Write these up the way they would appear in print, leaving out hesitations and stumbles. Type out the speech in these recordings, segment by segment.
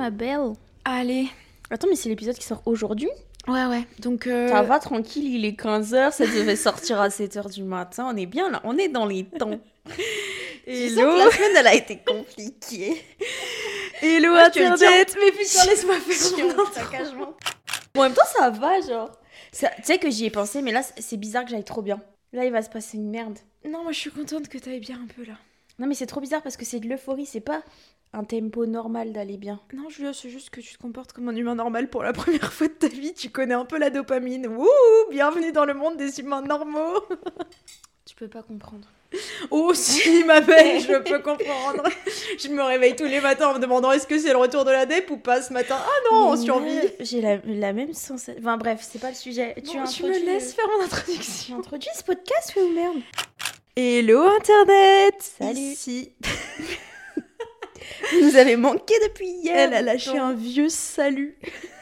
ma belle. Allez. Attends, mais c'est l'épisode qui sort aujourd'hui ? Ouais. Donc. Ça va, tranquille, il est 15h, ça devait sortir à 7h du matin. On est bien là, on est dans les temps. Hello. La semaine, elle a été compliquée. Hello Moi, je te le dis, Internet. Mais putain, laisse-moi faire mon intro. Bon, en même temps, ça va, genre. Tu sais que j'y ai pensé, mais là, c'est bizarre que j'aille trop bien. Là, il va se passer une merde. Non, moi je suis contente que t'ailles bien un peu là. Non, mais c'est trop bizarre parce que c'est de l'euphorie, c'est pas un tempo normal d'aller bien. Non, Julia, c'est juste que tu te comportes comme un humain normal pour la première fois de ta vie. Tu connais un peu la dopamine. Wouh, bienvenue dans le monde des humains normaux. Tu peux pas comprendre. Oh si, ma belle, je peux comprendre. Je me réveille tous les matins en me demandant est-ce que c'est le retour de la DEP ou pas ce matin. Ah non, on survit. J'ai la même sensation. Enfin bref, c'est pas le sujet. Bon, tu me laisses faire mon introduction. Tu introduis ce podcast ou merde ? Hello Internet. Salut. Ici. Vous nous avez manqué depuis hier. Elle a lâché un vieux salut.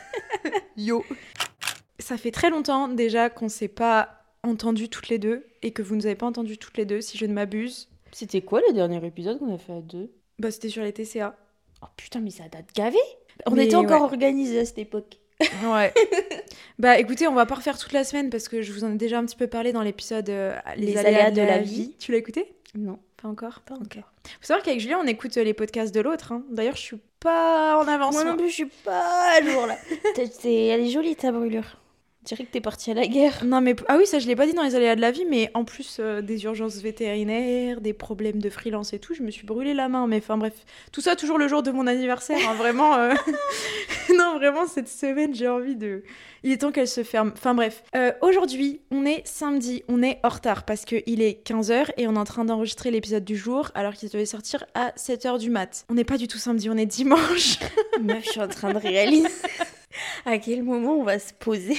Yo. Ça fait très longtemps déjà qu'on s'est pas entendu toutes les deux et que vous nous avez pas entendu toutes les deux si je ne m'abuse. C'était quoi le dernier épisode qu'on a fait à deux ? Bah c'était sur les TCA. Oh putain, mais ça date gavé. On Mais était encore ouais. organisés à cette époque. Ouais. Bah écoutez, on va pas refaire toute la semaine parce que je vous en ai déjà un petit peu parlé dans l'épisode Les aléas de la vie. Tu l'as écouté ? Non. Pas encore. Pas Ok. encore. Faut savoir qu'avec Julien, on écoute les podcasts de l'autre. Hein. D'ailleurs, je suis pas en avance. Moi non plus, je suis pas à jour là. Elle est jolie ta brûlure. On dirait que t'es partie à la guerre. Non mais ah oui, ça je l'ai pas dit dans les aléas de la vie, mais en plus des urgences vétérinaires, des problèmes de freelance et tout, je me suis brûlé la main. Mais enfin bref, tout ça toujours le jour de mon anniversaire. Hein, vraiment, non vraiment cette semaine j'ai envie de. Il est temps qu'elle se ferme. Enfin bref, aujourd'hui on est samedi, on est en retard parce que il est 15h et on est en train d'enregistrer l'épisode du jour alors qu'il devait sortir à 7h du mat. On n'est pas du tout samedi, on est dimanche. Meuf, je suis en train de réaliser à quel moment on va se poser.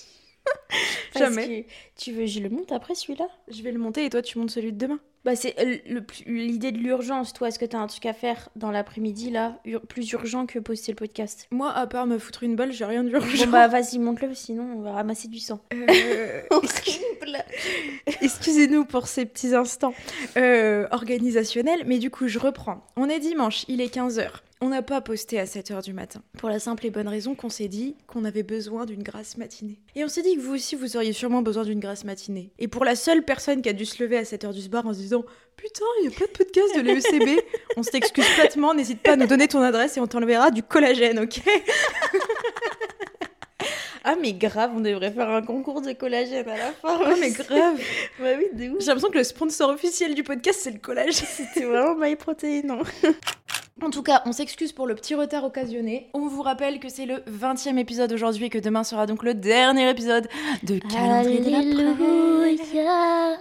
Jamais. Que, tu veux, je le monte après celui-là ? Je vais le monter et toi tu montes celui de demain. Bah c'est l'idée de l'urgence. Toi, est-ce que t'as un truc à faire dans l'après-midi là, plus urgent que poster le podcast ? Moi, à part me foutre une balle, j'ai rien d'urgent. Bon bah vas-y, monte-le, sinon on va ramasser du sang. Horrible. Excusez-nous pour ces petits instants organisationnels, mais du coup je reprends. On est dimanche, il est 15h. On n'a pas posté à 7h du matin. Pour la simple et bonne raison qu'on s'est dit qu'on avait besoin d'une grasse matinée. Et on s'est dit que vous aussi, vous auriez sûrement besoin d'une grasse matinée. Et pour la seule personne qui a dû se lever à 7h du soir en se disant « Putain, il n'y a pas de podcast de l'EECB », on s'excuse platement, n'hésite pas à nous donner ton adresse et on t'enverra du collagène, ok ? Ah mais grave, on devrait faire un concours de collagène à la fin. Ah mais grave. Bah oui, de ouf. J'ai l'impression que le sponsor officiel du podcast, c'est le collagène. C'était vraiment MyProtein, non ? En tout cas, on s'excuse pour le petit retard occasionné. On vous rappelle que c'est le 20e épisode aujourd'hui et que demain sera donc le dernier épisode de Calendrier de l'Avent.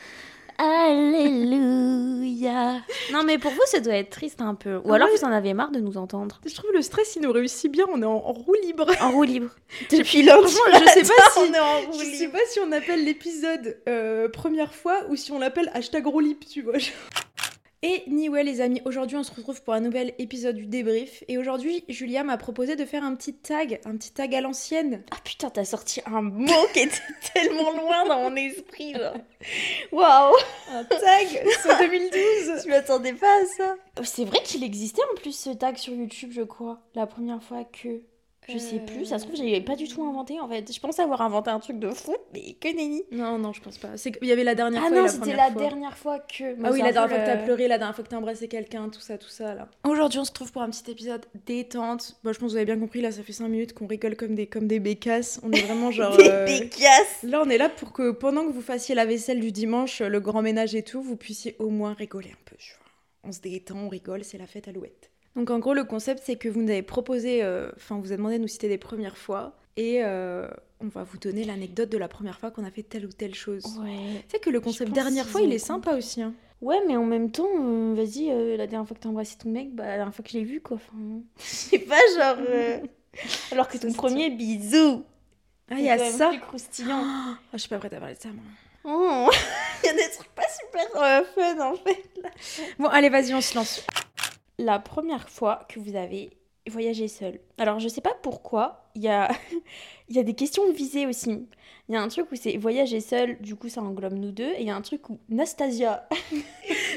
Alléluia. Non mais pour vous, ça doit être triste un peu. Ou alors vous en avez marre de nous entendre. Je trouve le stress, il nous réussit bien. On est en roue libre. En roue libre. Depuis lundi. Je sais pas si on est en roue je libre. sais pas si on appelle l'épisode première fois ou si on l'appelle #roulip, tu vois. Et ouais les amis, aujourd'hui on se retrouve pour un nouvel épisode du débrief. Et aujourd'hui, Julia m'a proposé de faire un petit tag à l'ancienne. Ah putain, t'as sorti un mot qui était tellement loin dans mon esprit, genre. Waouh. Un tag sur 2012. Je m'attendais pas à ça. C'est vrai qu'il existait en plus ce tag sur YouTube, je crois. La première fois que... Je sais plus, ça se trouve, j'avais pas du tout inventé en fait. Je pensais avoir inventé un truc de fou, mais que nenni. Non, je pense pas. Il y avait la dernière fois. Ah non, et c'était la dernière fois que. Ah oui, la dernière fois que t'as pleuré, la dernière fois que t'as embrassé quelqu'un, tout ça là. Aujourd'hui, on se trouve pour un petit épisode détente. Bon, je pense que vous avez bien compris, là, ça fait 5 minutes qu'on rigole comme des bécasses. On est vraiment genre. Des bécasses. Là, on est là pour que pendant que vous fassiez la vaisselle du dimanche, le grand ménage et tout, vous puissiez au moins rigoler un peu. On se détend, on rigole, c'est la fête Alouette. Donc en gros, le concept, c'est que vous nous avez proposé, on vous a demandé de nous citer des premières fois, et on va vous donner l'anecdote de la première fois qu'on a fait telle ou telle chose. Ouais. Tu sais que le concept dernière fois, il est sympa aussi. Hein. Ouais, mais en même temps, vas-y, la dernière fois que t'as embrassé ton mec, bah la dernière fois que je l'ai vu, quoi. Enfin, je sais pas, genre... Alors que ton premier bisou. Ah, il y a ça. Plus croustillant. Ah, je suis pas prête à parler de ça, moi. Oh. Il y a des trucs pas super fun, en fait. Là. Bon, allez, vas-y, on se lance. La première fois que vous avez voyagé seul. Alors, je sais pas pourquoi, il y a des questions visées aussi. Il y a un truc où c'est voyager seul, du coup ça englobe nous deux, et il y a un truc où Nastasia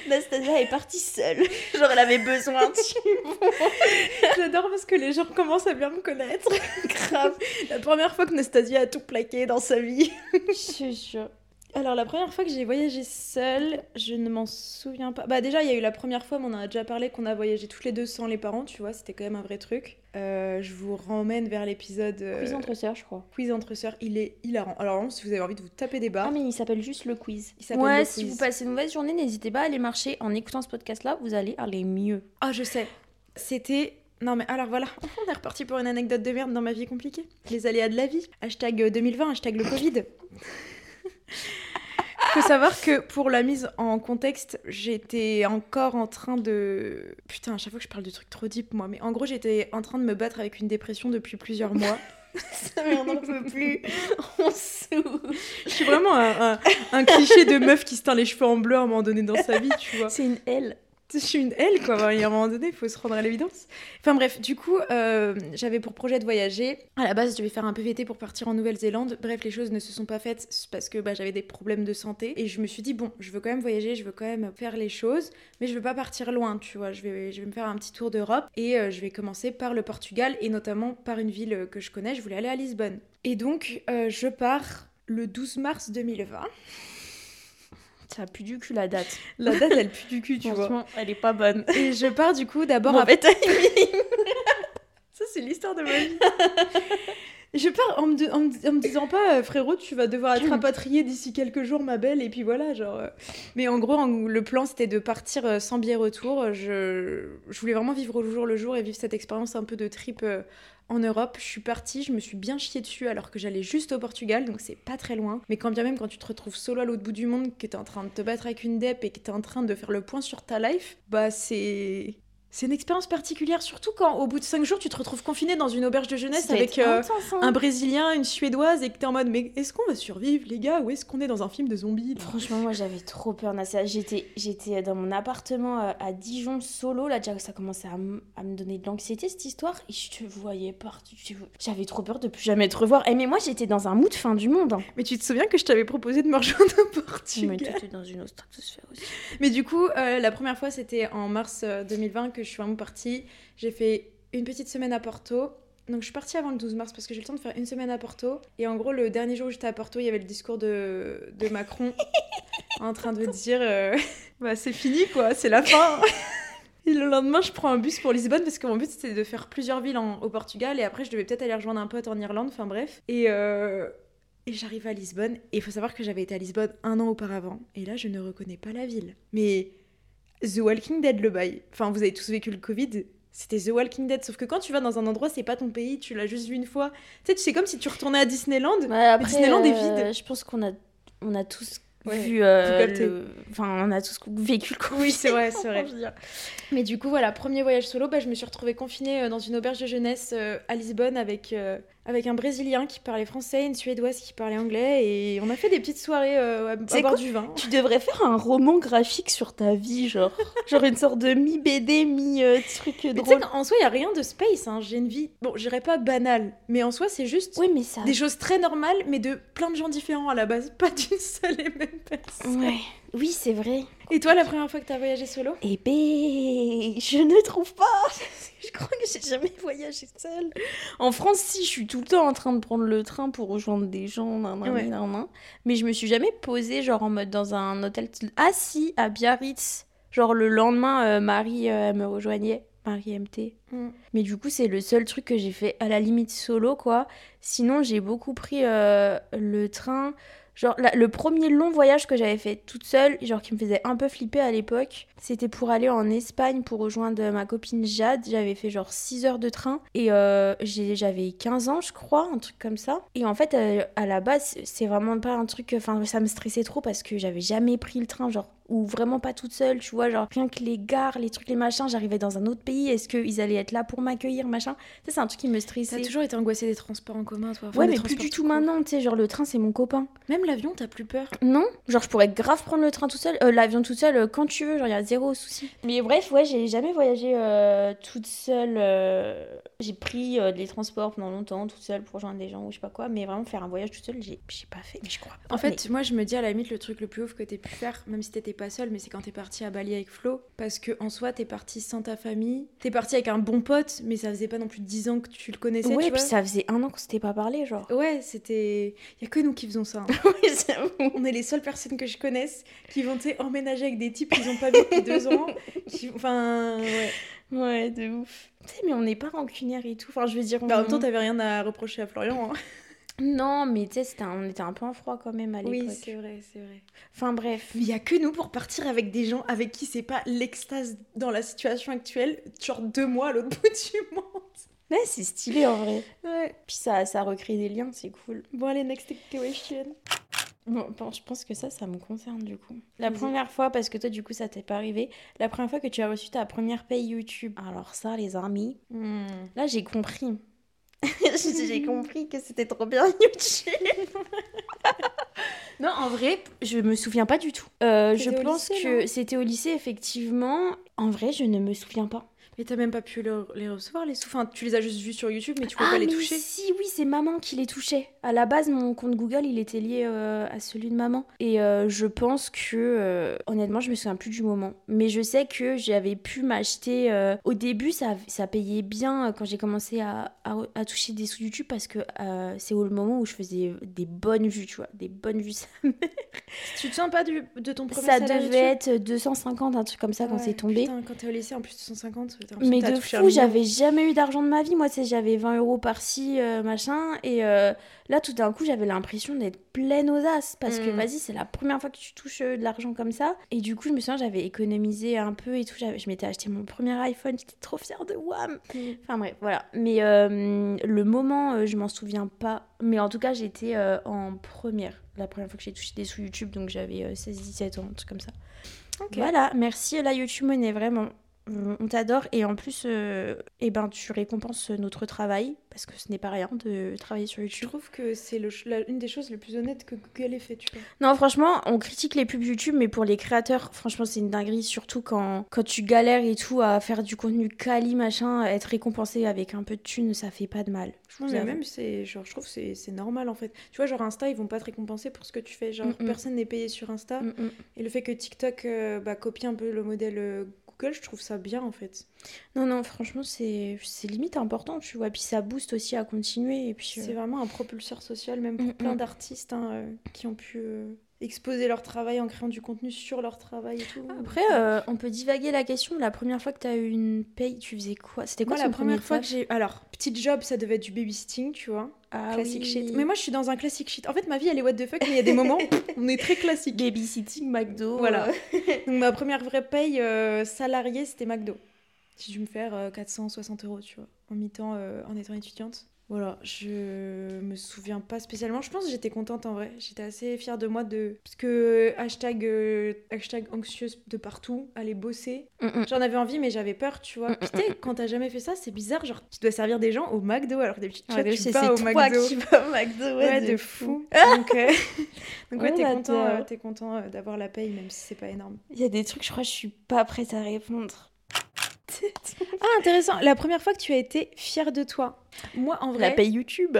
Nastasia est partie seule. Genre, elle avait besoin, J'adore parce que les gens commencent à bien me connaître. grave. La première fois que Nastasia a tout plaqué dans sa vie. Je suis sûre. Alors, la première fois que j'ai voyagé seule, je ne m'en souviens pas. Bah, déjà, il y a eu la première fois, mais on en a déjà parlé, qu'on a voyagé toutes les deux sans les parents, tu vois, c'était quand même un vrai truc. Je vous ramène vers l'épisode. Quiz entre sœurs, je crois. Quiz entre sœurs, il est hilarant. Alors, vraiment, si vous avez envie de vous taper des barres. Ah, mais il s'appelle juste le quiz. Il s'appelle Ouais, le si quiz. vous passez une mauvaise journée, n'hésitez pas à aller marcher. En écoutant ce podcast-là, vous allez aller mieux. Ah, je sais. C'était. Non, mais alors voilà, on est reparti pour une anecdote de merde dans ma vie compliquée. Les aléas de la vie. Hashtag 2020, hashtag le Covid. Faut savoir que pour la mise en contexte, j'étais encore en train de... Putain, à chaque fois que je parle de trucs trop deep, moi. Mais en gros, j'étais en train de me battre avec une dépression depuis plusieurs mois. Ça, mais on n'en peut plus. On saoule. Je suis vraiment un cliché de meuf qui se teint les cheveux en bleu à un moment donné dans sa vie, tu vois. C'est une L. Je suis une L, quoi. Il y a un moment donné, il faut se rendre à l'évidence. Enfin bref, du coup, j'avais pour projet de voyager. À la base, je devais faire un PVT pour partir en Nouvelle-Zélande. Bref, les choses ne se sont pas faites parce que j'avais des problèmes de santé. Et je me suis dit, bon, je veux quand même voyager, je veux quand même faire les choses, mais je veux pas partir loin, tu vois. Je vais me faire un petit tour d'Europe et je vais commencer par le Portugal et notamment par une ville que je connais. Je voulais aller à Lisbonne. Et donc, je pars le 12 mars 2020. Ça pue du cul, la date. La date, elle pue du cul, tu vois. Franchement, elle est pas bonne. Et je pars du coup d'abord Mauvais timing. Ça, c'est l'histoire de ma vie. Je pars en me disant pas, frérot, tu vas devoir être rapatriée d'ici quelques jours, ma belle, et puis voilà, genre... Mais en gros, le plan, c'était de partir sans billet retour. Je voulais vraiment vivre au jour le jour et vivre cette expérience un peu de trip en Europe. Je suis partie, je me suis bien chiée dessus alors que j'allais juste au Portugal, donc c'est pas très loin. Mais quand bien même, quand tu te retrouves solo à l'autre bout du monde, que t'es en train de te battre avec une dep et que t'es en train de faire le point sur ta life, bah c'est une expérience particulière, surtout quand au bout de 5 jours, tu te retrouves confiné dans une auberge de jeunesse avec un Brésilien, une Suédoise, et que t'es en mode, mais est-ce qu'on va survivre, les gars, ou est-ce qu'on est dans un film de zombies là ? Franchement, moi, j'avais trop peur. J'étais dans mon appartement à Dijon, solo. Là, déjà, ça commençait à me donner de l'anxiété, cette histoire. Et je te voyais partout. J'avais trop peur de plus jamais te revoir. Mais moi, j'étais dans un mood fin du monde. Hein. Mais tu te souviens que je t'avais proposé de me rejoindre au Portugal ? Mais t'étais dans une autre stratosphère aussi. Mais du coup, la première fois, c'était en mars 2020 que je suis vraiment partie. J'ai fait une petite semaine à Porto. Donc je suis partie avant le 12 mars parce que j'ai eu le temps de faire une semaine à Porto. Et en gros, le dernier jour où j'étais à Porto, il y avait le discours de Macron en train de dire bah c'est fini quoi, c'est la fin. Et le lendemain, je prends un bus pour Lisbonne parce que mon but c'était de faire plusieurs villes au Portugal et après je devais peut-être aller rejoindre un pote en Irlande, enfin bref. Et j'arrive à Lisbonne et il faut savoir que j'avais été à Lisbonne 1 an auparavant et là je ne reconnais pas la ville. Mais The Walking Dead le bail. Enfin vous avez tous vécu le Covid. C'était The Walking Dead, sauf que quand tu vas dans un endroit, c'est pas ton pays, tu l'as juste vu une fois. Tu sais, c'est comme si tu retournais à Disneyland, après, mais Disneyland est vide. Je pense qu'on a tous vu Enfin, on a tous vécu le Covid. Oui, c'est vrai. Mais du coup, voilà, premier voyage solo, je me suis retrouvée confinée dans une auberge de jeunesse à Lisbonne avec un Brésilien qui parlait français, une Suédoise qui parlait anglais, et on a fait des petites soirées à boire du vin. Tu devrais faire un roman graphique sur ta vie, genre une sorte de mi-BD, mi-truc drôle. Tu sais qu'en soi, il n'y a rien de space, hein. J'ai une vie, bon, je dirais pas banale, mais en soi, c'est juste des choses très normales, mais de plein de gens différents à la base, pas d'une seule et même personne. Ouais. Oui, c'est vrai. Et toi, la première fois que t'as voyagé solo ? Eh ben, je ne trouve pas. Je crois que j'ai jamais voyagé seule. En France, si, je suis tout le temps en train de prendre le train pour rejoindre des gens, mais je me suis jamais posée genre en mode dans un hôtel. Ah si, à Biarritz. Genre le lendemain, Marie elle me rejoignait. Marie MT. Mais du coup, c'est le seul truc que j'ai fait à la limite solo, quoi. Sinon, j'ai beaucoup pris le train. Genre, le premier long voyage que j'avais fait toute seule, genre qui me faisait un peu flipper à l'époque, c'était pour aller en Espagne pour rejoindre ma copine Jade. J'avais fait genre 6 heures de train et j'avais 15 ans, je crois, un truc comme ça. Et en fait, à la base, c'est vraiment pas un truc... Enfin, ça me stressait trop parce que j'avais jamais pris le train, genre, ou vraiment pas toute seule, tu vois, genre rien que les gares, les trucs, les machins, j'arrivais dans un autre pays, est-ce qu'ils allaient être là pour m'accueillir, machin. Ça, c'est un truc qui me stressait. T'as toujours été angoissée des transports en commun, toi? Ouais, mais plus du tout maintenant, tu sais, genre le train, c'est mon copain. Même l'avion, t'as plus peur? Non, genre je pourrais grave prendre le train tout seul, l'avion toute seule quand tu veux, genre il y a zéro souci. Mais bref, ouais, j'ai jamais voyagé toute seule J'ai pris les transports pendant longtemps, toute seule, pour rejoindre des gens ou je sais pas quoi. Mais vraiment, faire un voyage toute seule, j'ai pas fait. Mais je crois pas. En fait, moi, je me dis à la limite, le truc le plus ouf que t'aies pu faire, même si t'étais pas seule, mais c'est quand t'es partie à Bali avec Flo. Parce que en soi, t'es partie sans ta famille. T'es partie avec un bon pote, mais ça faisait pas non plus 10 ans que tu le connaissais, ouais, tu puis vois. ça faisait 1 an qu'on s'était pas parlé, genre. Ouais, c'était... Y a que nous qui faisons ça. Hein. Oui, j'avoue. On est les seules personnes que je connaisse qui vont, tu sais, emménager avec des types qu'ils ont pas vu depuis 2 ans. Enfin, ouais. Ouais, de ouf. Tu sais, mais on n'est pas rancunière et tout. Enfin, je veux dire... Bah, en même temps, t'avais rien à reprocher à Florian. Hein. Non, mais tu sais, on était un peu en froid quand même à l'époque. Oui, c'est vrai, c'est vrai. Enfin, bref. Mais il y a que nous pour partir avec des gens avec qui c'est pas l'extase dans la situation actuelle, genre 2 mois à l'autre bout du monde. Ouais, c'est stylé en vrai. Ouais. Puis ça recrée des liens, c'est cool. Bon, allez, next question. Bon, je pense que ça me concerne du coup. La Vas-y. première fois, parce que toi du coup ça t'est pas arrivé, la première fois que tu as reçu ta première paye YouTube. Alors ça, les amis, là j'ai compris. J'ai compris que c'était trop bien YouTube. Non, en vrai, je me souviens pas du tout. Je C'était au pense lycée, que non c'était au lycée, effectivement. En vrai, je ne me souviens pas. Mais t'as même pas pu les recevoir, les sous. Enfin, tu les as juste vus sur YouTube, mais tu pouvais pas les mais toucher. si, oui, c'est maman qui les touchait. À la base, mon compte Google, il était lié à celui de maman. Et je pense que, honnêtement, je me souviens plus du moment. Mais je sais que j'avais pu m'acheter... au début, ça payait bien quand j'ai commencé à toucher des sous YouTube parce que c'est le moment où je faisais des bonnes vues, tu vois. Des bonnes vues. Tu te sens pas de ton premier Ça salaire devait YouTube être 250, un truc comme ça, quand Ouais, c'est tombé. Putain, quand t'es au lycée, en plus 250, t'as Mais l'impression que t'as de touché un fou, million. j'avais jamais eu d'argent de ma vie. Moi, tu sais, j'avais 20 euros par-ci, machin. Et là, tout d'un coup, j'avais l'impression d'être pleine aux as. Parce que, vas-y, c'est la première fois que tu touches de l'argent comme ça. Et du coup, je me souviens, j'avais économisé un peu et tout. Je m'étais acheté mon premier iPhone. J'étais trop fière de WAM. Enfin, bref, voilà. Mais le moment, je m'en souviens pas. Mais en tout cas, j'étais en première. La première fois que j'ai touché des sous YouTube. Donc, j'avais 16-17 ans, un truc comme ça. Ok. Voilà, merci la YouTube Money, vraiment. On t'adore et en plus, tu récompenses notre travail parce que ce n'est pas rien de travailler sur Je YouTube. trouve que c'est une des choses les plus honnêtes que Google ait fait, tu vois. Non, franchement, on critique les pubs YouTube, mais pour les créateurs, franchement, c'est une dinguerie, surtout quand tu galères et tout à faire du contenu quali, machin, être récompensé avec un peu de thunes, ça fait pas de mal. Non, mais même, je trouve que c'est normal en fait. Tu vois, genre Insta, ils vont pas te récompenser pour ce que tu fais. Genre, personne n'est payé sur Insta. Et le fait que TikTok copie un peu le modèle Google, je trouve ça bien en fait. Non, franchement, c'est limite important, tu vois. Puis ça booste aussi à continuer. Et puis, C'est vraiment un propulseur social, même pour plein d'artistes qui ont pu exposer leur travail en créant du contenu sur leur travail et tout. Après, on peut divaguer la question. La première fois que tu as eu une paye, tu faisais quoi? C'était quoi Moi, ton la première fois premier que j'ai... Alors, petit job, ça devait être du babysitting, tu vois. Ah Classic oui. shit. Mais moi, je suis dans un classic shit. En fait, ma vie, elle est what the fuck, mais il y a des moments, on est très classique. Babysitting, McDo. Voilà. Donc, ma première vraie paye salariée, c'était McDo. J'ai dû me faire 460 €, tu vois, en mi-temps en étant étudiante. Voilà, je me souviens pas spécialement. Je pense que j'étais contente en vrai. J'étais assez fière de moi parce que hashtag anxieuse de partout, aller bosser. J'en avais envie, mais j'avais peur, tu vois. Puis tu sais, quand t'as jamais fait ça, c'est bizarre. Genre, tu dois servir des gens au McDo alors que d'habitude, tu vas au McDo. qui vas au McDo, Ouais, de fou. Donc ouais, t'es content d'avoir la paye, même si c'est pas énorme. Il y a des trucs, je crois, je suis pas prête à répondre. Ah, intéressant. La première fois que tu as été fière de toi. Moi, en vrai... La paye YouTube.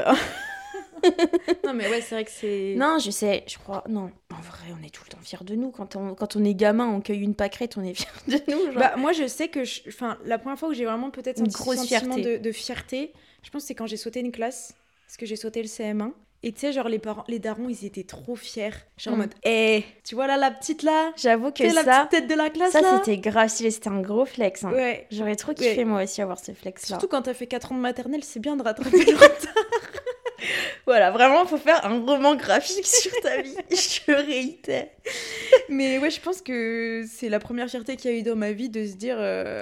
Non, mais ouais, c'est vrai que c'est... Non, je sais, je crois... Non, en vrai, on est tout le temps fiers de nous. Quand on est gamin, on cueille une pâquerette, on est fiers de nous. Genre. Bah, moi, je sais que... la première fois où j'ai vraiment peut-être Une senti grosse ce sentiment fierté. de fierté, je pense que c'est quand j'ai sauté une classe. Parce que j'ai sauté le CM1. Et tu sais, genre, les darons, ils étaient trop fiers. Genre en mode, tu vois là, la petite là? J'avoue que C'est la ça... petite tête de la classe Ça, là? c'était grave stylé, c'était un gros flex. Hein. Ouais. J'aurais trop kiffé, moi aussi, avoir ce flex-là. Surtout quand t'as fait 4 ans de maternelle, c'est bien de rattraper le retard. Voilà, vraiment, faut faire un roman graphique sur ta vie. Je réitère. Mais ouais, je pense que c'est la première fierté qu'il y a eu dans ma vie de se dire,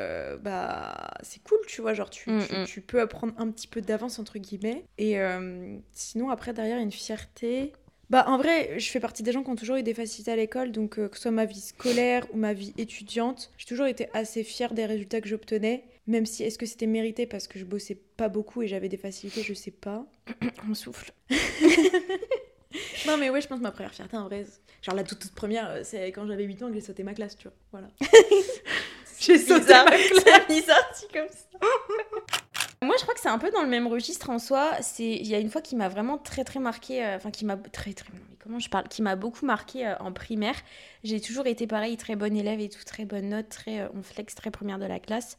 c'est cool, tu vois, genre tu peux apprendre un petit peu d'avance, entre guillemets. Et sinon, après, derrière, il y a une fierté... Bah, en vrai, je fais partie des gens qui ont toujours eu des facilités à l'école, donc que ce soit ma vie scolaire ou ma vie étudiante, j'ai toujours été assez fière des résultats que j'obtenais, même si, est-ce que c'était mérité parce que je bossais pas beaucoup et j'avais des facilités, je sais pas. On souffle. Non, mais ouais, je pense que ma première fierté, en vrai, genre la toute première, c'est quand j'avais 8 ans que j'ai sauté ma classe, tu vois, voilà. J'ai sauté ma classe. C'est bizarre, dit comme ça. Moi, je crois que c'est un peu dans le même registre en soi. Il y a une fois qui m'a vraiment très très marqué, qui m'a mais comment je parle, qui m'a beaucoup marqué en primaire. J'ai toujours été pareil, très bonne élève et tout, très bonne note, très on flex, très première de la classe.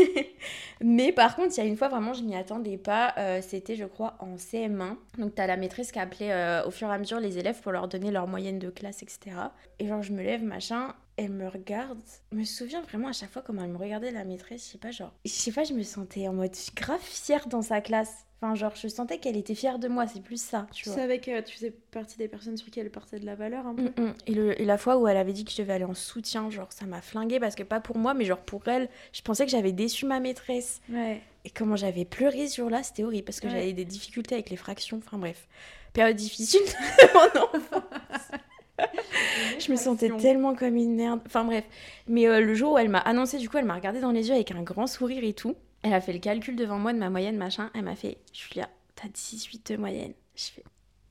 Mais par contre, il y a une fois vraiment, je m'y attendais pas. C'était, je crois, en CM1. Donc t'as la maîtresse qui appelait au fur et à mesure les élèves pour leur donner leur moyenne de classe, etc. Et genre, je me lève, machin. Elle me regarde. Je me souviens vraiment à chaque fois comment elle me regardait, la maîtresse. Je sais pas, je me sentais en mode grave fière dans sa classe. Enfin, genre, je sentais qu'elle était fière de moi, c'est plus ça, tu vois. savais que tu faisais partie des personnes sur qui elle portait de la valeur un peu. Et la fois où elle avait dit que je devais aller en soutien, genre, ça m'a flinguée parce que pas pour moi, mais genre pour elle, je pensais que j'avais déçu ma maîtresse. Ouais. Et comment j'avais pleuré ce jour-là, c'était horrible parce que j'avais des difficultés avec les fractions. Enfin bref, période difficile de mon enfance. Je me sentais tellement comme une merde. Enfin bref. Mais le jour où elle m'a annoncé, du coup, elle m'a regardé dans les yeux avec un grand sourire et tout. Elle a fait le calcul devant moi de ma moyenne, machin. Elle m'a fait, Julia, t'as 18 de moyenne. Je fais,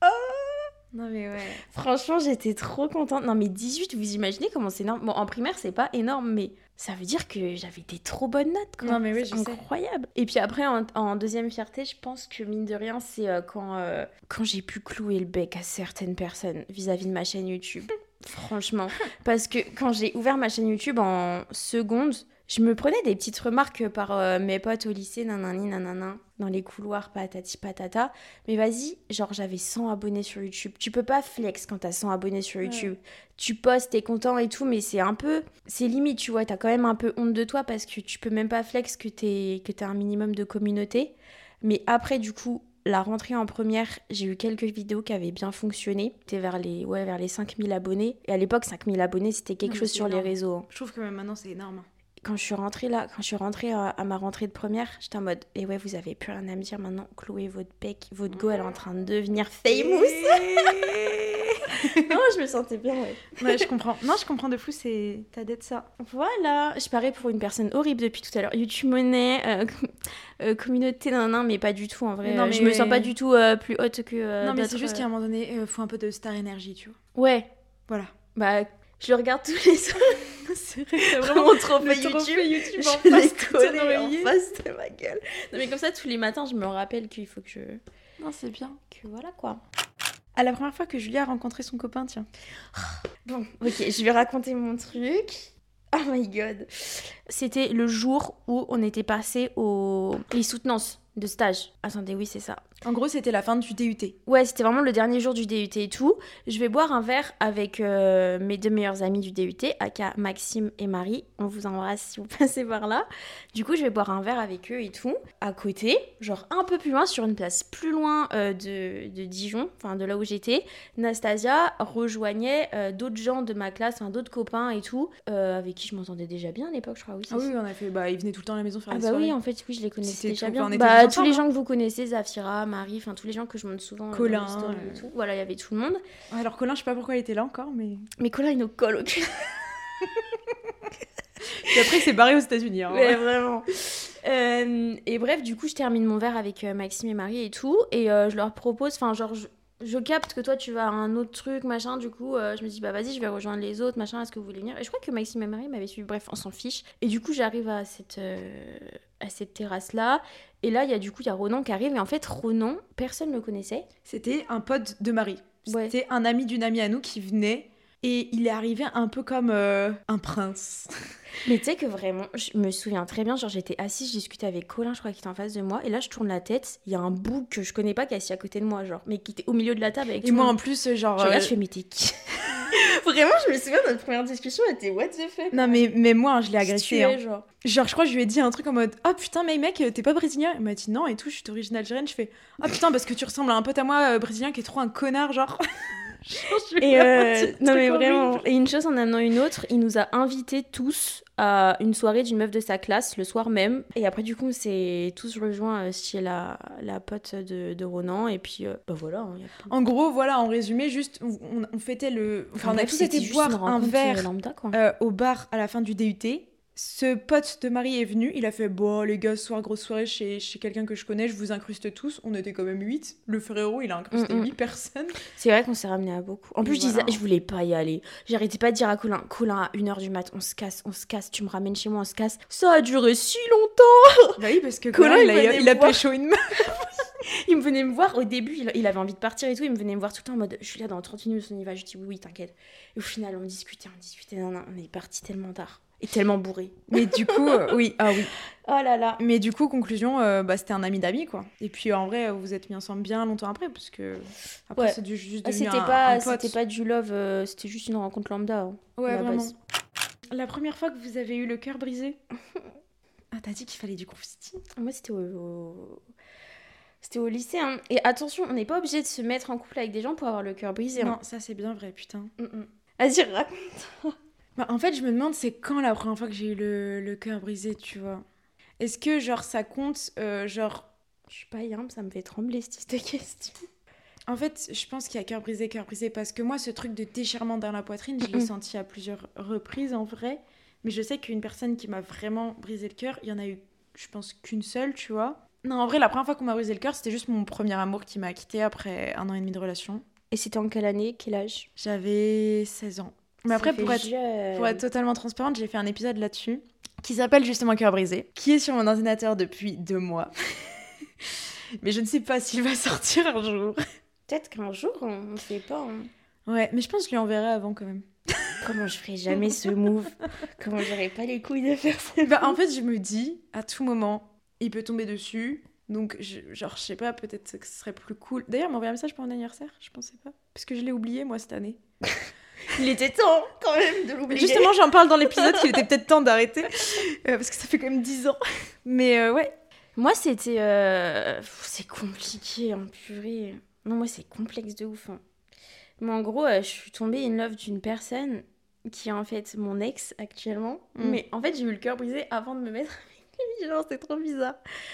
non mais ouais. franchement, j'étais trop contente. Non mais 18, vous imaginez comment c'est énorme. Bon, en primaire, c'est pas énorme, mais ça veut dire que j'avais des trop bonnes notes, quoi. Non mais oui, c'est incroyable. Et puis après, en deuxième fierté, je pense que mine de rien, c'est quand j'ai pu clouer le bec à certaines personnes vis-à-vis de ma chaîne YouTube. Franchement. Parce que quand j'ai ouvert ma chaîne YouTube en seconde, je me prenais des petites remarques par mes potes au lycée, nanani, nanana, dans les couloirs, patati patata. Mais vas-y, genre j'avais 100 abonnés sur YouTube. Tu peux pas flex quand t'as 100 abonnés sur YouTube. Ouais. Tu postes, t'es content et tout, mais c'est limite, tu vois. T'as quand même un peu honte de toi parce que tu peux même pas flex que t'as un minimum de communauté. Mais après, du coup, la rentrée en première, j'ai eu quelques vidéos qui avaient bien fonctionné. C'était vers les 5000 abonnés. Et à l'époque, 5000 abonnés, c'était quelque chose sur les réseaux. Hein. Je trouve que même maintenant, c'est énorme. Quand je suis rentrée à ma rentrée de première, j'étais en mode, et ouais, vous avez plus rien à me dire maintenant, clouez votre bec, votre go, elle est en train de devenir famous. Non, je me sentais bien, ouais. Ouais, je comprends. Non, je comprends de fou, t'as d'être ça. Voilà, je parais pour une personne horrible depuis tout à l'heure. YouTube Money, communauté, nan, mais pas du tout, en vrai. Non, je me sens pas du tout plus haute que non, mais c'est juste qu'à un moment donné, faut un peu de star énergie, tu vois. Ouais. Voilà. Bah, je le regarde tous les soirs. C'est vrai que c'est vraiment mon trophée YouTube en face de ma gueule. Non mais comme ça tous les matins je me rappelle qu'il faut que je... Non c'est bien. Que voilà quoi. À la première fois que Julia a rencontré son copain, tiens. Bon, ok, je vais raconter mon truc. Oh my god. C'était le jour où on était passé les soutenances de stage. Attendez, oui c'est ça. En gros, c'était la fin du DUT. Ouais, c'était vraiment le dernier jour du DUT et tout. Je vais boire un verre avec mes deux meilleurs amis du DUT, aka Maxime et Marie. On vous embrasse si vous passez par là. Du coup, je vais boire un verre avec eux et tout. À côté, genre un peu plus loin, sur une place plus loin de Dijon, enfin de là où j'étais, Nastasia rejoignait d'autres gens de ma classe, d'autres copains et tout, avec qui je m'entendais déjà bien à l'époque, je crois. Oui, oui, on a fait... Bah, ils venaient tout le temps à la maison faire des soirées. Ah bah oui, en fait, oui, je les connaissais déjà bien. Bah, tous les gens que vous connaissez, Zafira, Marie, enfin tous les gens que je montre souvent. Colin. Et tout. Voilà, il y avait tout le monde. Alors Colin, je sais pas pourquoi il était là encore, mais... Mais Colin, il nous colle au cul. Et après, il s'est barré aux États-Unis. Hein, ouais, vraiment. Et bref, du coup, je termine mon verre avec Maxime et Marie et tout. Et je leur propose, enfin, genre, je capte que toi, tu vas à un autre truc, machin. Du coup, je me dis, bah vas-y, je vais rejoindre les autres, machin. Est-ce que vous voulez venir ? Et je crois que Maxime et Marie m'avaient suivi. Bref, on s'en fiche. Et du coup, j'arrive à cette terrasse-là. Et là, il y a Ronan qui arrive. Et en fait, Ronan, personne ne le connaissait. C'était un pote de Marie. Ouais. C'était un ami d'une amie à nous qui venait. Et il est arrivé un peu comme un prince. Mais tu sais que vraiment, je me souviens très bien, genre j'étais assise, je discutais avec Colin, je crois qu'il était en face de moi, et là je tourne la tête, il y a un bout que je connais pas qui est assis à côté de moi, genre, mais qui était au milieu de la table avec Et moi en plus, genre... Je regarde, je fais, mais t'es qui ? Vraiment, je me souviens de notre première discussion, elle était what the fuck ? Non mais moi, je l'ai agressé. Hein. Genre, je crois que je lui ai dit un truc en mode « Oh putain, mais mec, t'es pas brésilien ?» Il m'a dit « Non, et tout, je suis d'origine algérienne. » Je fais « Oh putain, parce que tu ressembles à un pote à moi brésilien qui est trop un connard, genre... » Et non mais vraiment, et une chose en amenant une autre, il nous a invités tous à une soirée d'une meuf de sa classe le soir même, et après du coup on s'est tous rejoints chez la pote de Ronan, et puis bah voilà. En gros, voilà, en résumé, juste on fêtait le... Enfin, on a tous été boire un verre lambda, quoi. Au bar à la fin du DUT. Ce pote de Marie est venu, il a fait bon les gars, soir grosse soirée chez quelqu'un que je connais, je vous incruste tous. On était quand même 8. Le frérot, il a incrusté 8 personnes. C'est vrai qu'on s'est ramené à beaucoup. En plus, je voulais pas y aller. J'arrêtais pas de dire à Colin, à 1h du mat, on se casse, tu me ramènes chez moi, on se casse. Ça a duré si longtemps. Bah oui, parce que Colin, il a pécho une meuf. Il me venait me voir au début, il avait envie de partir et tout, il me venait me voir tout le temps en mode je suis là dans 30 minutes, on y va. Je dis oui, t'inquiète. Et au final, on discutait, non, on est parti tellement tard. Et tellement bourré. Mais du coup, oui. Oh là là. Mais du coup, conclusion, c'était un ami d'amis, quoi. Et puis en vrai, vous êtes mis ensemble bien longtemps après, parce que après, c'est juste devenu un pote. C'était pas du love, c'était juste une rencontre lambda. Ouais, vraiment. Base. La première fois que vous avez eu le cœur brisé. Ah, t'as dit qu'il fallait du croustillant. Moi, c'était au lycée. Hein. Et attention, on n'est pas obligé de se mettre en couple avec des gens pour avoir le cœur brisé. Non, hein. Ça c'est bien vrai, putain. Vas-y, raconte. Bah, en fait, je me demande c'est quand la première fois que j'ai eu le cœur brisé, tu vois. Est-ce que genre ça compte, genre... Je suis pas yambe, ça me fait trembler cette question. En fait, je pense qu'il y a cœur brisé, parce que moi, ce truc de déchirement dans la poitrine, je l'ai senti à plusieurs reprises en vrai. Mais je sais qu'une personne qui m'a vraiment brisé le cœur, il y en a eu, je pense, qu'une seule, tu vois. Non, en vrai, la première fois qu'on m'a brisé le cœur, c'était juste mon premier amour qui m'a quittée après 1 an et demi de relation. Et c'était en quelle année, quel âge? J'avais 16 ans. Mais après, pour être totalement transparente, j'ai fait un épisode là-dessus qui s'appelle justement Cœur brisé, qui est sur mon ordinateur depuis 2 mois. Mais je ne sais pas s'il va sortir un jour. Peut-être qu'un jour, on ne sait pas. Hein. Ouais, mais je pense que je lui enverrai avant quand même. Comment je ferai jamais ce move? Comment j'aurais pas les couilles de faire ça? Bah, en fait, je me dis, à tout moment, il peut tomber dessus. Donc, je sais pas, peut-être que ce serait plus cool. D'ailleurs, il m'a envoyé un message pour mon anniversaire, je pensais pas. Parce que je l'ai oublié, moi, cette année. Il était temps, quand même, de l'oublier. Justement, j'en parle dans l'épisode qu'il était peut-être temps d'arrêter. Parce que ça fait quand même 10 ans. Mais ouais. Moi, c'était... c'est compliqué, hein, purée. Non, moi, c'est complexe de ouf. Hein. Mais en gros, je suis tombée in love d'une personne qui est en fait mon ex actuellement. Mais en fait, j'ai eu le cœur brisé avant de me mettre avec lui. Genre, c'est trop bizarre.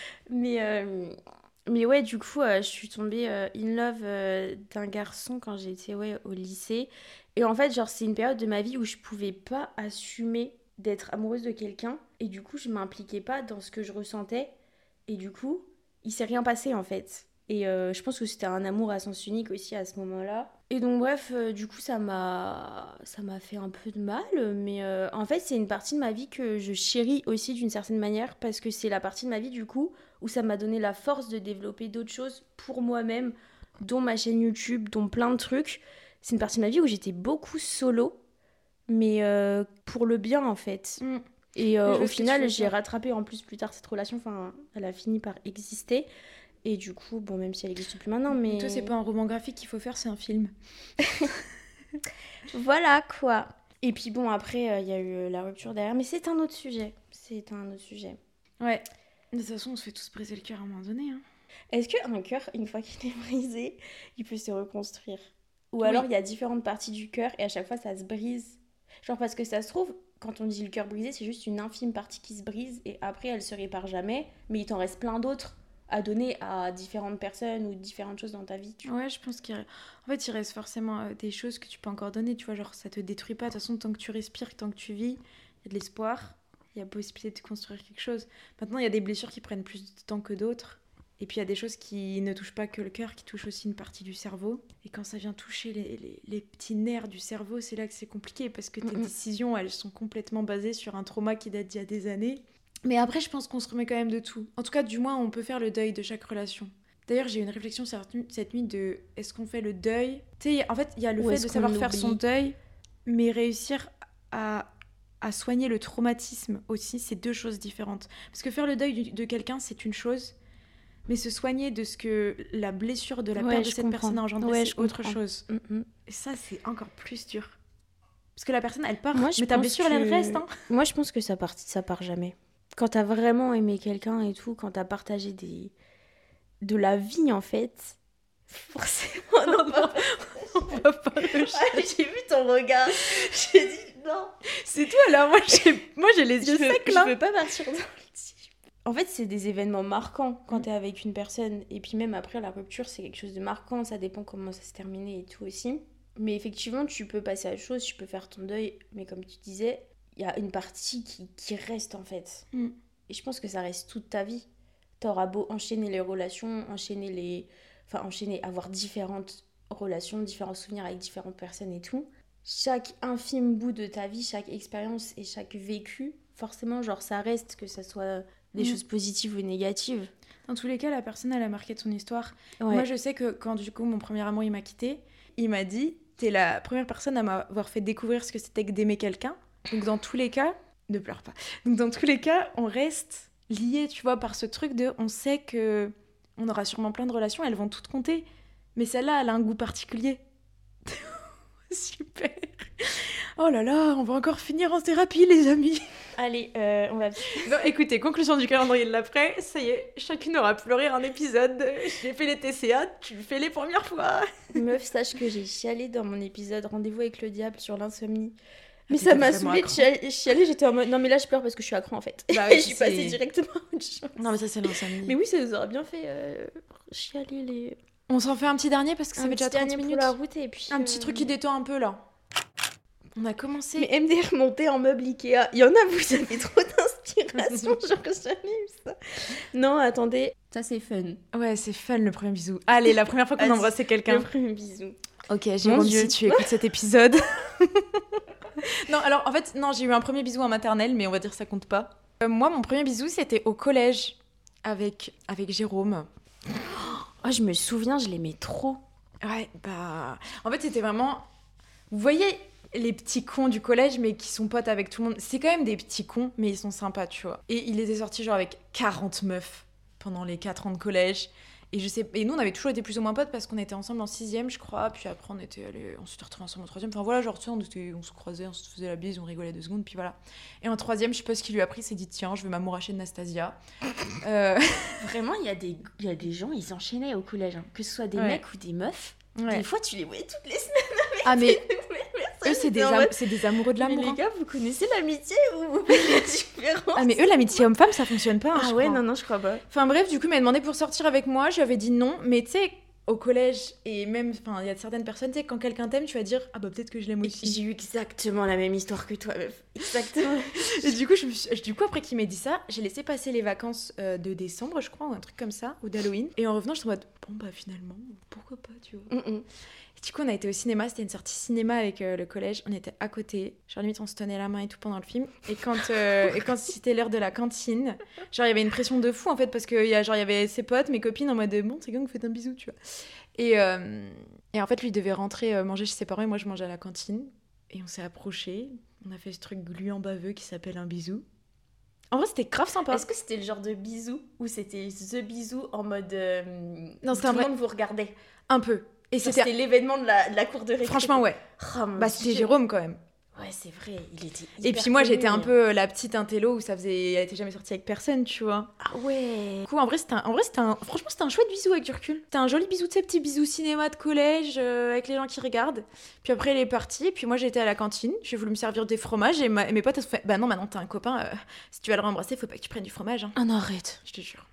Mais ouais, du coup, je suis tombée in love d'un garçon quand j'étais au lycée. Et en fait, genre, c'est une période de ma vie où je pouvais pas assumer d'être amoureuse de quelqu'un. Et du coup, je m'impliquais pas dans ce que je ressentais. Et du coup, il s'est rien passé en fait. Et je pense que c'était un amour à sens unique aussi à ce moment-là. Et donc bref, du coup, ça m'a fait un peu de mal. Mais en fait, c'est une partie de ma vie que je chéris aussi d'une certaine manière. Parce que c'est la partie de ma vie du coup où ça m'a donné la force de développer d'autres choses pour moi-même. Dont ma chaîne YouTube, dont plein de trucs. C'est une partie de ma vie où j'étais beaucoup solo. Mais pour le bien en fait. Et au final, j'ai rattrapé en plus tard cette relation. Enfin, elle a fini par exister. Et du coup, bon, même si elle n'existe plus maintenant, mais... Toi, c'est pas un roman graphique qu'il faut faire, c'est un film. Voilà, quoi. Et puis bon, après, il y a eu la rupture derrière. Mais c'est un autre sujet. Ouais. De toute façon, on se fait tous briser le cœur à un moment donné. Hein. Est-ce qu'un cœur, une fois qu'il est brisé, il peut se reconstruire? Ou alors, il y a différentes parties du cœur et à chaque fois, ça se brise? Genre, parce que ça se trouve, quand on dit le cœur brisé, c'est juste une infime partie qui se brise et après, elle se répare jamais. Mais il t'en reste plein d'autres à donner à différentes personnes ou différentes choses dans ta vie. Tu vois. Ouais, je pense qu'il reste forcément des choses que tu peux encore donner. Tu vois, genre, ça te détruit pas. De toute façon, tant que tu respires, tant que tu vis, il y a de l'espoir. Il y a possibilité de construire quelque chose. Maintenant, il y a des blessures qui prennent plus de temps que d'autres. Et puis, il y a des choses qui ne touchent pas que le cœur, qui touchent aussi une partie du cerveau. Et quand ça vient toucher les petits nerfs du cerveau, c'est là que c'est compliqué. Parce que tes décisions, elles sont complètement basées sur un trauma qui date d'il y a des années. Mais après, je pense qu'on se remet quand même de tout. En tout cas, du moins, on peut faire le deuil de chaque relation. D'ailleurs, j'ai eu une réflexion cette nuit de est-ce qu'on fait le deuil? Tu sais, en fait, il y a le fait de savoir faire son deuil, mais réussir à soigner le traumatisme aussi, c'est 2 choses différentes. Parce que faire le deuil de quelqu'un, c'est une chose, mais se soigner de ce que la blessure de la perte de cette personne a engendré, c'est autre chose. Et ça, c'est encore plus dur. Parce que la personne, elle part, mais ta blessure, elle reste. Hein. Moi, je pense que ça part jamais. Quand t'as vraiment aimé quelqu'un et tout, quand t'as partagé de la vie, en fait, forcément, on va pas j'ai vu ton regard, j'ai dit non. C'est toi, là, moi j'ai les yeux secs, là. Je veux pas partir dans le type. En fait, c'est des événements marquants quand t'es avec une personne. Et puis même après, la rupture, c'est quelque chose de marquant. Ça dépend comment ça s'est terminé et tout aussi. Mais effectivement, tu peux passer à autre chose, tu peux faire ton deuil. Mais comme tu disais... il y a une partie qui reste en fait. Et je pense que ça reste toute ta vie. T'auras beau enchaîner les relations, enchaîner, avoir différentes relations, différents souvenirs avec différentes personnes et tout. Chaque infime bout de ta vie, chaque expérience et chaque vécu, forcément, genre, ça reste, que ça soit des choses positives ou négatives. Dans tous les cas, la personne, elle a marqué ton histoire. Ouais. Moi, je sais que quand, du coup, mon premier amour, il m'a quittée, il m'a dit, t'es la première personne à m'avoir fait découvrir ce que c'était que d'aimer quelqu'un. Donc, dans tous les cas, ne pleure pas. Donc, dans tous les cas, on reste liés, tu vois, par ce truc de, on sait que on aura sûrement plein de relations, elles vont toutes compter. Mais celle-là, elle a un goût particulier. Super. Oh là là, on va encore finir en thérapie, les amis. Allez, on va... Non, écoutez, conclusion du calendrier de l'après, ça y est, chacune aura pleuré un épisode. J'ai fait les TCA, tu fais les premières fois. Meuf, sache que j'ai chialé dans mon épisode Rendez-vous avec le diable sur l'insomnie. Mais ça m'a saoulée de chialer, j'étais en mode... Non mais là je pleure parce que je suis accro en fait. Bah oui, je suis passée directement à autre chose. Non mais ça c'est l'insomnie. Mais oui, ça nous aurait bien fait chialer les... On s'en fait un petit dernier parce que ça fait déjà 30 minutes. Pour la route et puis... Un petit truc qui détend un peu là. On a commencé... Mais MDR monté en meuble Ikea. Il y en a, vous avez trop d'inspiration. J'aurais jamais eu ça. Non, attendez. Ça, c'est fun. Ouais, c'est fun le premier bisou. Allez, la première fois qu'on embrassait quelqu'un. Le premier bisou. Ok, Jérôme, si tu écoutes cet épisode... Non, alors en fait, non, j'ai eu un premier bisou en maternelle, mais on va dire que ça compte pas. Moi, mon premier bisou, c'était au collège avec Jérôme. Oh, je me souviens, je l'aimais trop. Ouais, bah... En fait, c'était vraiment... Vous voyez les petits cons du collège, mais qui sont potes avec tout le monde. C'est quand même des petits cons, mais ils sont sympas, tu vois. Et il était sorti genre avec 40 meufs pendant les 4 ans de collège. Et nous, on avait toujours été plus ou moins potes parce qu'on était ensemble en 6e, je crois. Puis après, on s'était retrouvés ensemble en 3e. Enfin voilà, genre, tu sais, on se croisait, on se faisait la bise, on rigolait 2 secondes, puis voilà. Et en 3e, je sais pas ce qu'il lui a pris, il s'est dit, tiens, je vais m'amouracher de Nastasia. Vraiment, il y a des gens, ils enchaînaient au collège. Hein. Que ce soit des mecs ou des meufs. Ouais. Des fois, tu les voyais toutes les semaines avec eux, c'est des amoureux de l'amour. Mais les gars, vous connaissez l'amitié ou vous faites la différence? Ah, mais eux, l'amitié homme-femme, ça fonctionne pas. Hein, ah ouais, non, je crois pas. Enfin bref, du coup, il m'a demandé pour sortir avec moi. Je lui avais dit non. Mais tu sais, au collège, et même, enfin, il y a certaines personnes, tu sais, quand quelqu'un t'aime, tu vas dire, ah bah peut-être que je l'aime aussi. J'ai eu exactement la même histoire que toi, meuf. Exactement. Et du coup, après qu'il m'ait dit ça, j'ai laissé passer les vacances de décembre, je crois, ou un truc comme ça, ou d'Halloween. Et en revenant, je suis en mode, bon bah finalement, pourquoi pas, tu vois. Et du coup, on a été au cinéma, c'était une sortie cinéma avec le collège, on était à côté, genre limite on se tenait la main et tout pendant le film. Et quand c'était l'heure de la cantine, genre il y avait une pression de fou en fait, parce qu'il y avait ses potes, mes copines en mode bon, c'est quand vous faites un bisou, tu vois. Et en fait, lui devait rentrer manger chez ses parents et moi je mangeais à la cantine. Et on s'est approchés, on a fait ce truc gluant baveux qui s'appelle un bisou. En vrai, c'était grave sympa. Est-ce que c'était le genre de bisou ou c'était the bisou en mode non, tout le monde vous regardait? Un peu. Et c'était l'événement de la cour de récré. Franchement, ouais. Oh, c'était Jérôme quand même. Ouais, c'est vrai, il était hyper Et puis moi, j'étais un peu la petite intello où elle était jamais sortie avec personne, tu vois. Ah ouais. Du coup, en vrai, c'était un chouette bisou avec du recul. C'était un joli bisou, tu sais, petit bisou cinéma de collège avec les gens qui regardent. Puis après, il est parti. Puis moi, j'étais à la cantine. J'ai voulu me servir des fromages et mes potes, elles se sont fait, bah non, maintenant, t'as un copain. Si tu vas le rembrasser, faut pas que tu prennes du fromage. Hein. Ah non, arrête. Je te jure.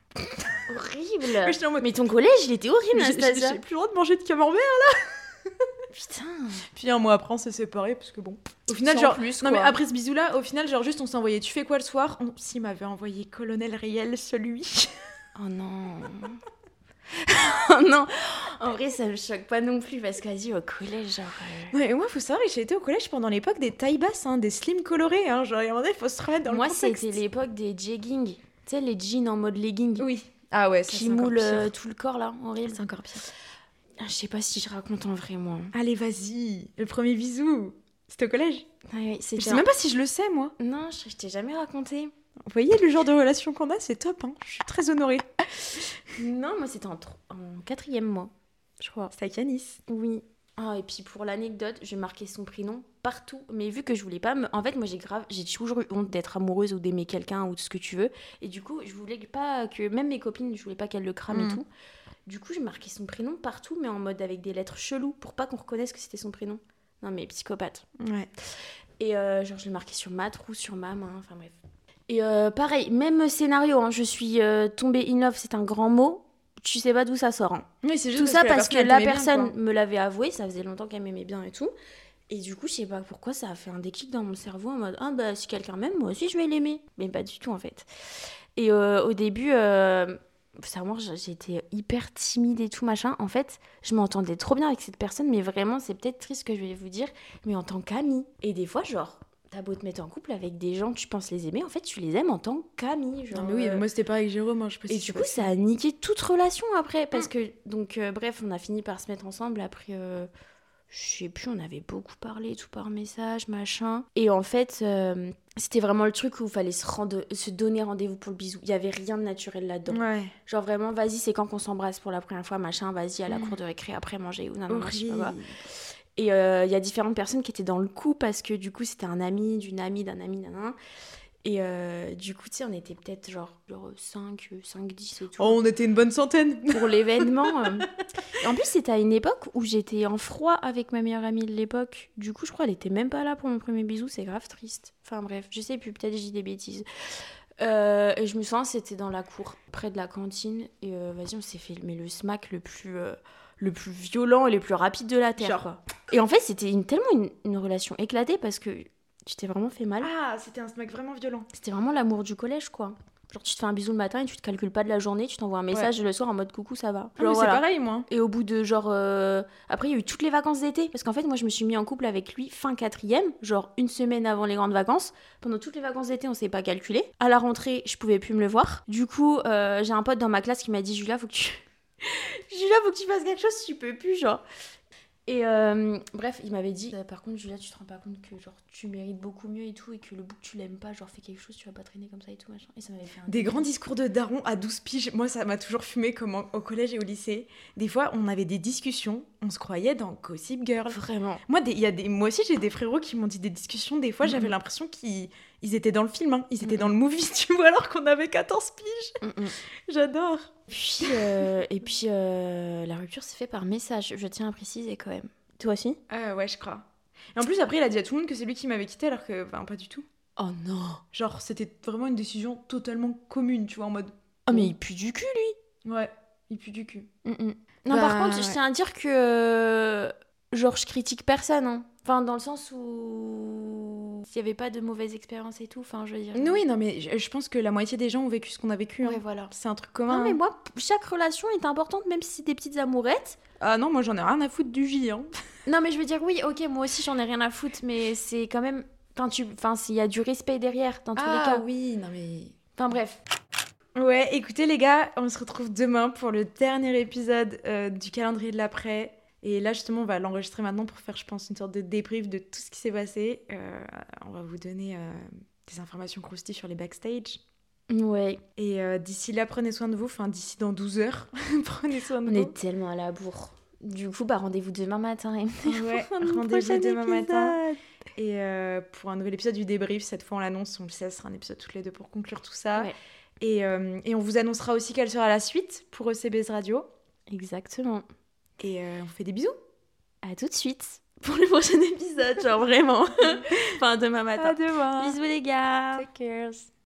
Horrible. Mais ton collège, il était horrible, Nastasia. J'ai plus le droit de manger de camembert, là. Putain. Puis un mois après, on s'est séparés parce que bon. Au final, genre. Plus, non, mais après ce bisou-là, au final, genre, juste on s'est envoyé. Tu fais quoi le soir? S'il m'avait envoyé Colonel Riel, celui. Oh non. Oh non. En vrai, ça me choque pas non plus parce qu'au collège, genre. Ouais, moi, faut savoir, j'ai été au collège pendant l'époque des tailles basses, hein, des slims colorés. Hein, genre, à un moment donné, il faut se remettre dans le contexte. Moi, c'était l'époque des jeggings. Tu sais, les jeans en mode legging. Oui. Ah ouais, ça, qui moulent tout le corps, là, horrible. C'est encore pire. Je sais pas si je raconte en vrai, moi. Allez, vas-y. Le premier bisou. C'était au collège. Oui, je sais même pas si je le sais, moi. Non, je t'ai jamais raconté. Vous voyez le genre de relation qu'on a, c'est top, hein. Je suis très honorée. Non, moi, c'était en 4e mois, je crois. C'était avec Yanis. Oui. Ah, et puis pour l'anecdote, je marquais son prénom partout. Mais vu que je voulais pas... En fait, moi, j'ai toujours eu honte d'être amoureuse ou d'aimer quelqu'un ou de ce que tu veux. Et du coup, je voulais pas que... Même mes copines, je voulais pas qu'elles le crament et tout. Du coup, je marquais son prénom partout, mais en mode avec des lettres cheloues, pour pas qu'on reconnaisse que c'était son prénom. Non, mais psychopathe. Ouais. Et genre, je le marquais sur ma trousse, sur ma main, enfin bref. Et pareil, même scénario, hein, je suis tombée in love, c'est un grand mot. Tu sais pas d'où ça sort. Hein. Oui, c'est juste tout ça parce que la personne me l'avait avoué, ça faisait longtemps qu'elle m'aimait bien et tout. Et du coup, je sais pas pourquoi, ça a fait un déclic dans mon cerveau en mode, ah bah si quelqu'un m'aime, moi aussi je vais l'aimer. Mais pas du tout en fait. Et au début, faut savoir, j'étais hyper timide et tout machin. En fait, je m'entendais trop bien avec cette personne, mais vraiment, c'est peut-être triste ce que je vais vous dire, mais en tant qu'amie. Et des fois, genre, t'as beau te mettre en couple avec des gens que tu penses les aimer, en fait, tu les aimes en tant qu'amis. Genre, Non, mais oui, moi c'était pareil avec Jérôme, hein, je sais pas si et c'est du coup, passé. ça a niqué toute relation après. Parce que, donc, bref, on a fini par se mettre ensemble. Après, je sais plus, on avait beaucoup parlé et tout par message, machin. Et en fait, c'était vraiment le truc où il fallait se donner rendez-vous pour le bisou. Il y avait rien de naturel là-dedans. Ouais. Genre vraiment, vas-y, c'est quand qu'on s'embrasse pour la première fois, machin, vas-y, à la cour de récré, après manger ou non, non, je sais pas quoi. Et il y a différentes personnes qui étaient dans le coup parce que du coup, c'était un ami, d'une amie, d'un ami, nan. Et du coup, tu sais, on était peut-être genre 5, 10 et tout. Oh, on était une bonne centaine. Pour l'événement. Et en plus, c'était à une époque où j'étais en froid avec ma meilleure amie de l'époque. Du coup, je crois qu'elle était même pas là pour mon premier bisou. C'est grave triste. Enfin bref, je sais plus, peut-être j'ai dit des bêtises. Et je me souviens, c'était dans la cour, près de la cantine. Et vas-y, on s'est fait le smack le plus violent et le plus rapide de la Terre. Genre. Quoi. Et en fait, c'était tellement une relation éclatée parce que tu t'es vraiment fait mal. Ah, c'était un smack vraiment violent. C'était vraiment l'amour du collège, quoi. Genre, tu te fais un bisou le matin et tu te calcules pas de la journée, tu t'envoies un message le soir en mode coucou, ça va. Genre, c'est pareil, moi. Et au bout de genre. Après, il y a eu toutes les vacances d'été. Parce qu'en fait, moi, je me suis mis en couple avec lui fin 4e, genre une semaine avant les grandes vacances. Pendant toutes les vacances d'été, on s'est pas calculé. À la rentrée, je pouvais plus me le voir. Du coup, j'ai un pote dans ma classe qui m'a dit Julia, faut que tu fasses quelque chose, tu peux plus, genre. Et bref, il m'avait dit par contre Julia, tu te rends pas compte que genre tu mérites beaucoup mieux et tout, et que le bout que tu l'aimes pas, genre fais quelque chose, tu vas pas traîner comme ça et tout machin. Et ça m'avait fait des grands discours de daron à 12 piges. Moi, ça m'a toujours fumé comme au collège et au lycée. Des fois, on avait des discussions, on se croyait dans Gossip Girl. Vraiment. Moi aussi, j'ai des frérots qui m'ont dit des discussions. Des fois, j'avais l'impression qu'ils étaient dans le film, hein. Ils étaient dans le movie, tu vois, alors qu'on avait 14 piges. J'adore. Et puis la rupture s'est faite par message, je tiens à préciser quand même. Toi aussi ? Ouais, je crois. Et en plus, après, il a dit à tout le monde que c'est lui qui m'avait quitté, alors que, enfin, pas du tout. Oh non. Genre, c'était vraiment une décision totalement commune, tu vois, en mode... Oh, mais il pue du cul, lui. Ouais, il pue du cul. Non, par contre, je tiens à dire que... genre, je critique personne, hein. Enfin, dans le sens où... s'il y avait pas de mauvaise expérience et tout, enfin, je veux dire... Oui, non, mais je pense que la moitié des gens ont vécu ce qu'on a vécu. Ouais, hein. voilà. C'est un truc commun. Non, mais moi, chaque relation est importante, même si c'est des petites amourettes. Ah non, moi, j'en ai rien à foutre du J, hein. Non, mais je veux dire, oui, ok, moi aussi, j'en ai rien à foutre, mais c'est quand même... Enfin, s'il y a du respect derrière, dans tous les cas. Ah oui, non mais... Enfin, bref. Ouais, écoutez les gars, on se retrouve demain pour le dernier épisode du calendrier de l'après. Et là, justement, on va l'enregistrer maintenant pour faire, je pense, une sorte de débrief de tout ce qui s'est passé. On va vous donner des informations croustilles sur les backstage. Ouais. Et d'ici là, prenez soin de vous. Enfin, d'ici dans 12 heures, prenez soin de vous. On est tellement à la bourre. Du coup, bah, rendez-vous demain matin. Ouais, rendez-vous demain matin. Et pour un nouvel épisode du débrief, cette fois, on l'annonce, on le sait, ce sera un épisode toutes les deux pour conclure tout ça. Ouais. Et on vous annoncera aussi quelle sera la suite pour ECBS Radio. Exactement. Et on vous fait des bisous. À tout de suite pour le prochain épisode, genre vraiment. Enfin, demain matin. À demain. Bisous les gars. Take care.